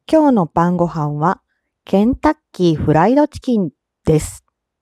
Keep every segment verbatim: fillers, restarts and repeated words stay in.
今日の晩ご飯はケンタッキーフライドチキンです。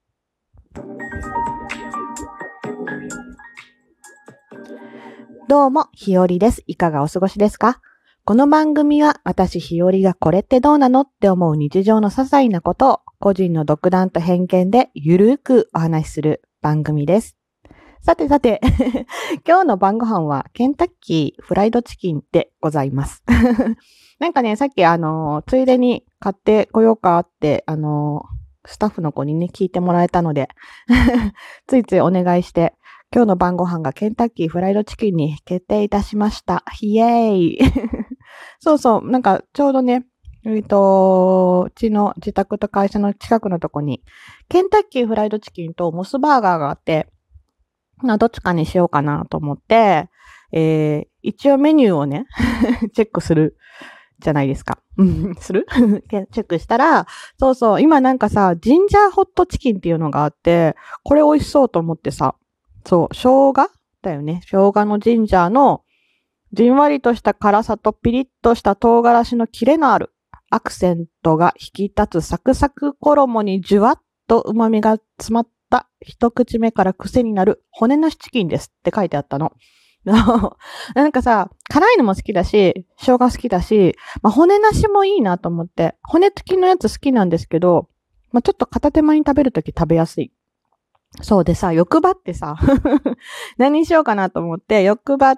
どうも、ひよりです。いかがお過ごしですか？この番組は私ひよりがこれってどうなのって思う日常の些細なことを個人の独断と偏見でゆるーくお話しする番組です。さてさて、今日の晩ご飯はケンタッキーフライドチキンでございます。なんかね、さっきあのー、ついでに買ってこようかって、あのー、スタッフの子にね、聞いてもらえたので、ついついお願いして、今日の晩ご飯がケンタッキーフライドチキンに決定いたしました。イエーイそうそう、なんかちょうどね、えっと、うちの自宅と会社の近くのとこに、ケンタッキーフライドチキンとモスバーガーがあって、どっちかにしようかなと思って、えー、一応メニューをね、チェックするじゃないですか。するチェックしたら、そうそう、今なんかさ、ジンジャーホットチキンっていうのがあって、これ美味しそうと思ってさ、そう、生姜だよね。生姜のジンジャーの、じんわりとした辛さとピリッとした唐辛子のキレのあるアクセントが引き立つサクサク衣にじゅわっと旨味が詰まった一口目から癖になる骨なしチキンですって書いてあったの。なんかさ、辛いのも好きだし、生姜好きだし、まあ、骨なしもいいなと思って、骨付きのやつ好きなんですけど、まあ、ちょっと片手間に食べるとき食べやすい。そうでさ、欲張ってさ、何にしようかなと思って、欲張って、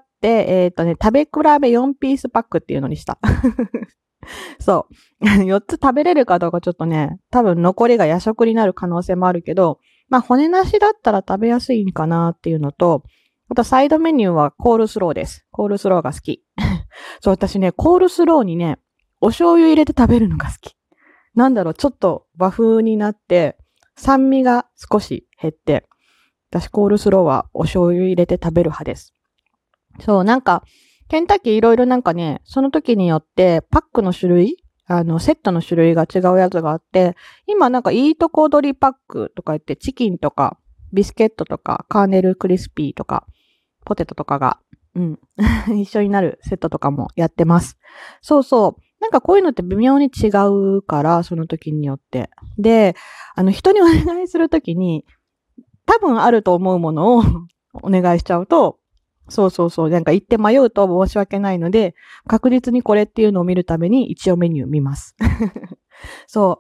えっとね、食べ比べよんピースパックっていうのにした。そう。よっつ食べれるかどうかちょっとね、多分残りが夜食になる可能性もあるけど、まあ骨なしだったら食べやすいんかなっていうのと、あとサイドメニューはコールスローです。コールスローが好き。そう、私ね、コールスローにね、お醤油入れて食べるのが好き。なんだろう、ちょっと和風になって、酸味が少し減って、私コールスローはお醤油入れて食べる派です。そう、なんか、ケンタッキーいろいろなんかね、その時によってパックの種類、あの、セットの種類が違うやつがあって、今なんかいいとこ取りパックとか言ってチキンとかビスケットとかカーネルクリスピーとかポテトとかが、うん、一緒になるセットとかもやってます。そうそう。なんかこういうのって微妙に違うから、その時によって。で、あの、人にお願いするときに、多分あると思うものをお願いしちゃうと、そうそうそう。なんか言って迷うと申し訳ないので、確実にこれっていうのを見るために一応メニュー見ます。そう。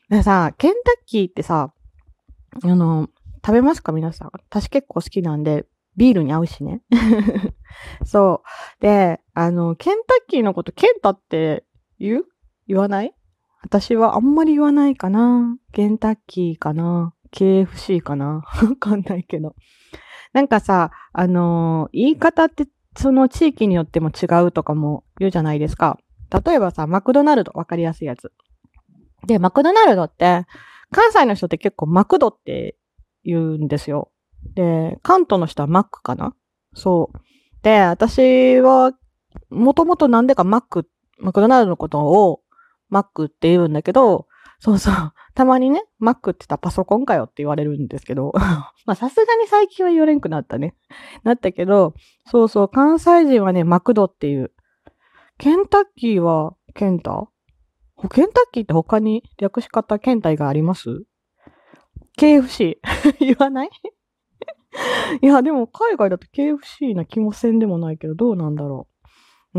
でさ、ケンタッキーってさ、あの、食べますか皆さん。私結構好きなんで、ビールに合うしね。そう。で、あの、ケンタッキーのことケンタって言う言わない？私はあんまり言わないかな。ケンタッキーかな。ケーエフシー かな。わかんないけど。なんかさ、あのー、言い方ってその地域によっても違うとかも言うじゃないですか。例えばさ、マクドナルド、わかりやすいやつ。で、マクドナルドって、関西の人って結構マクドって言うんですよ。で、関東の人はマックかな？そう。で、私は、もともとなんでかマック、マクドナルドのことをマックって言うんだけど、そうそう。たまにね、マックって言ったらパソコンかよって言われるんですけど、まあさすがに最近は言われんくなったね。なったけど、そうそう、関西人はね、マクドっていう。ケンタッキーはケンタ？ケンタッキーって他に略し方ケンタイがあります？ ケーエフシー 言わないいや、でも海外だと ケーエフシー な気もせんでもないけど、どうなんだろう。うん、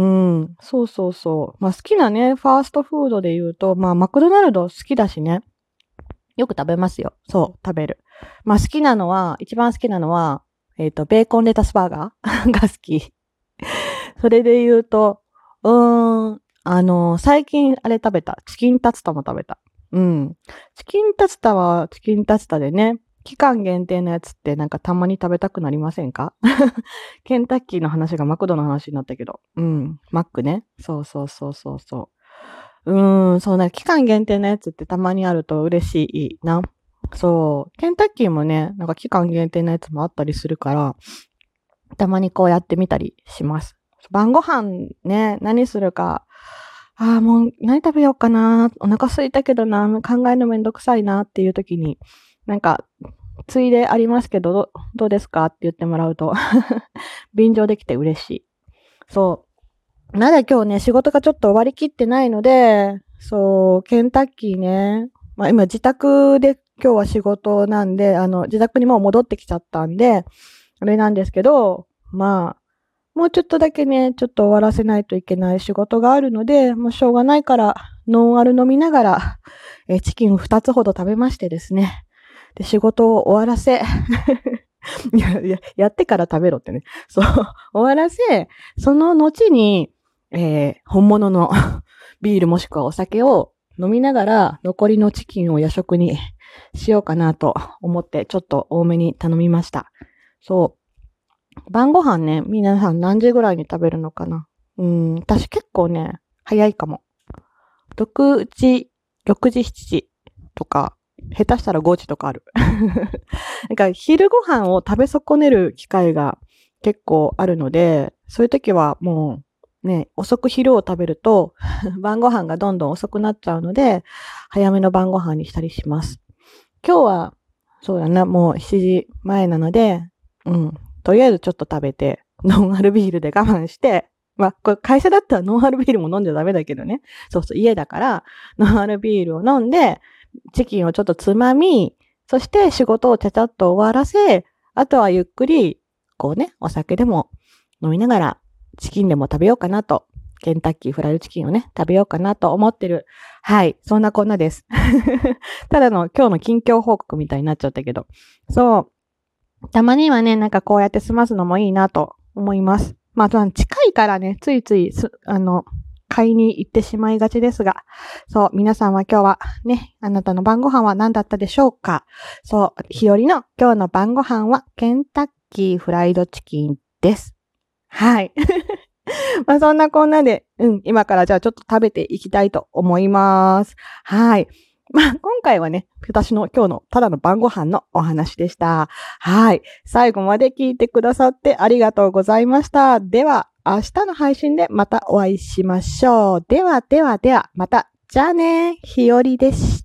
そうそうそう。まあ好きなね、ファーストフードで言うと、まあマクドナルド好きだしね。よく食べますよ。そう、食べる。まあ好きなのは、一番好きなのは、えっと、ベーコンレタスバーガーが好き。それで言うと、うーん、あの、最近あれ食べた。チキンタツタも食べた。うん。チキンタツタはチキンタツタでね、期間限定のやつってなんかたまに食べたくなりませんか？ケンタッキーの話がマクドの話になったけど。うん。マックね。そうそうそうそうそう。うーん、そうね、期間限定のやつってたまにあると嬉しいな。そう。ケンタッキーもね、なんか期間限定のやつもあったりするから、たまにこうやってみたりします。晩ご飯ね、何するか。ああ、もう何食べようかな。お腹空いたけどな。考えるのめんどくさいなっていう時に、なんか、ついでありますけど、どどうですかって言ってもらうと、便乗できて嬉しい。そう。なので今日ね、仕事がちょっと終わりきってないので、 そう、ケンタッキーね。まあ今自宅で今日は仕事なんで、あの、自宅にもう戻ってきちゃったんで、あれなんですけど、まあ、もうちょっとだけね、ちょっと終わらせないといけない仕事があるので、もうしょうがないから、ノンアル飲みながら、えチキンをふたつほど食べましてですね。で、仕事を終わらせ、いやいや、やってから食べろってね。そう、終わらせ、その後に、えー、本物のビールもしくはお酒を飲みながら、残りのチキンを夜食にしようかなと思って、ちょっと多めに頼みました。そう。晩ご飯ね、皆さん何時ぐらいに食べるのかな？うん、私結構ね、早いかも。ろくじ、ろくじ、しちじとか、下手したらごじとかある。なんか昼ご飯を食べ損ねる機会が結構あるので、そういう時はもうね、遅く昼を食べると晩ご飯がどんどん遅くなっちゃうので、早めの晩ご飯にしたりします。今日は、そうだな、もうしちじまえなので、うん、とりあえずちょっと食べて、ノンアルビールで我慢して、まあ、これ会社だったらノンアルビールも飲んじゃダメだけどね。そうそう、家だから、ノンアルビールを飲んで、チキンをちょっとつまみ、そして仕事をちゃちゃっと終わらせ、あとはゆっくり、こうね、お酒でも飲みながら、チキンでも食べようかなと、ケンタッキーフライドチキンをね、食べようかなと思ってる。はい、そんなこんなです。ただの今日の近況報告みたいになっちゃったけど。そう。たまにはね、なんかこうやって済ますのもいいなと思います。まあ、近いからね、ついつい、あの、買いに行ってしまいがちですが、そう、皆さんは今日はね、あなたの晩ご飯は何だったでしょうか？そう、日和の今日の晩ご飯はケンタッキーフライドチキンです。はい。まあそんなこんなで、うん、今からじゃあちょっと食べていきたいと思います。はい。まあ今回はね、私の今日のただの晩ご飯のお話でした。はい。最後まで聞いてくださってありがとうございました。では、明日の配信でまたお会いしましょう。ではではでは、また。じゃあね、ひよりでした。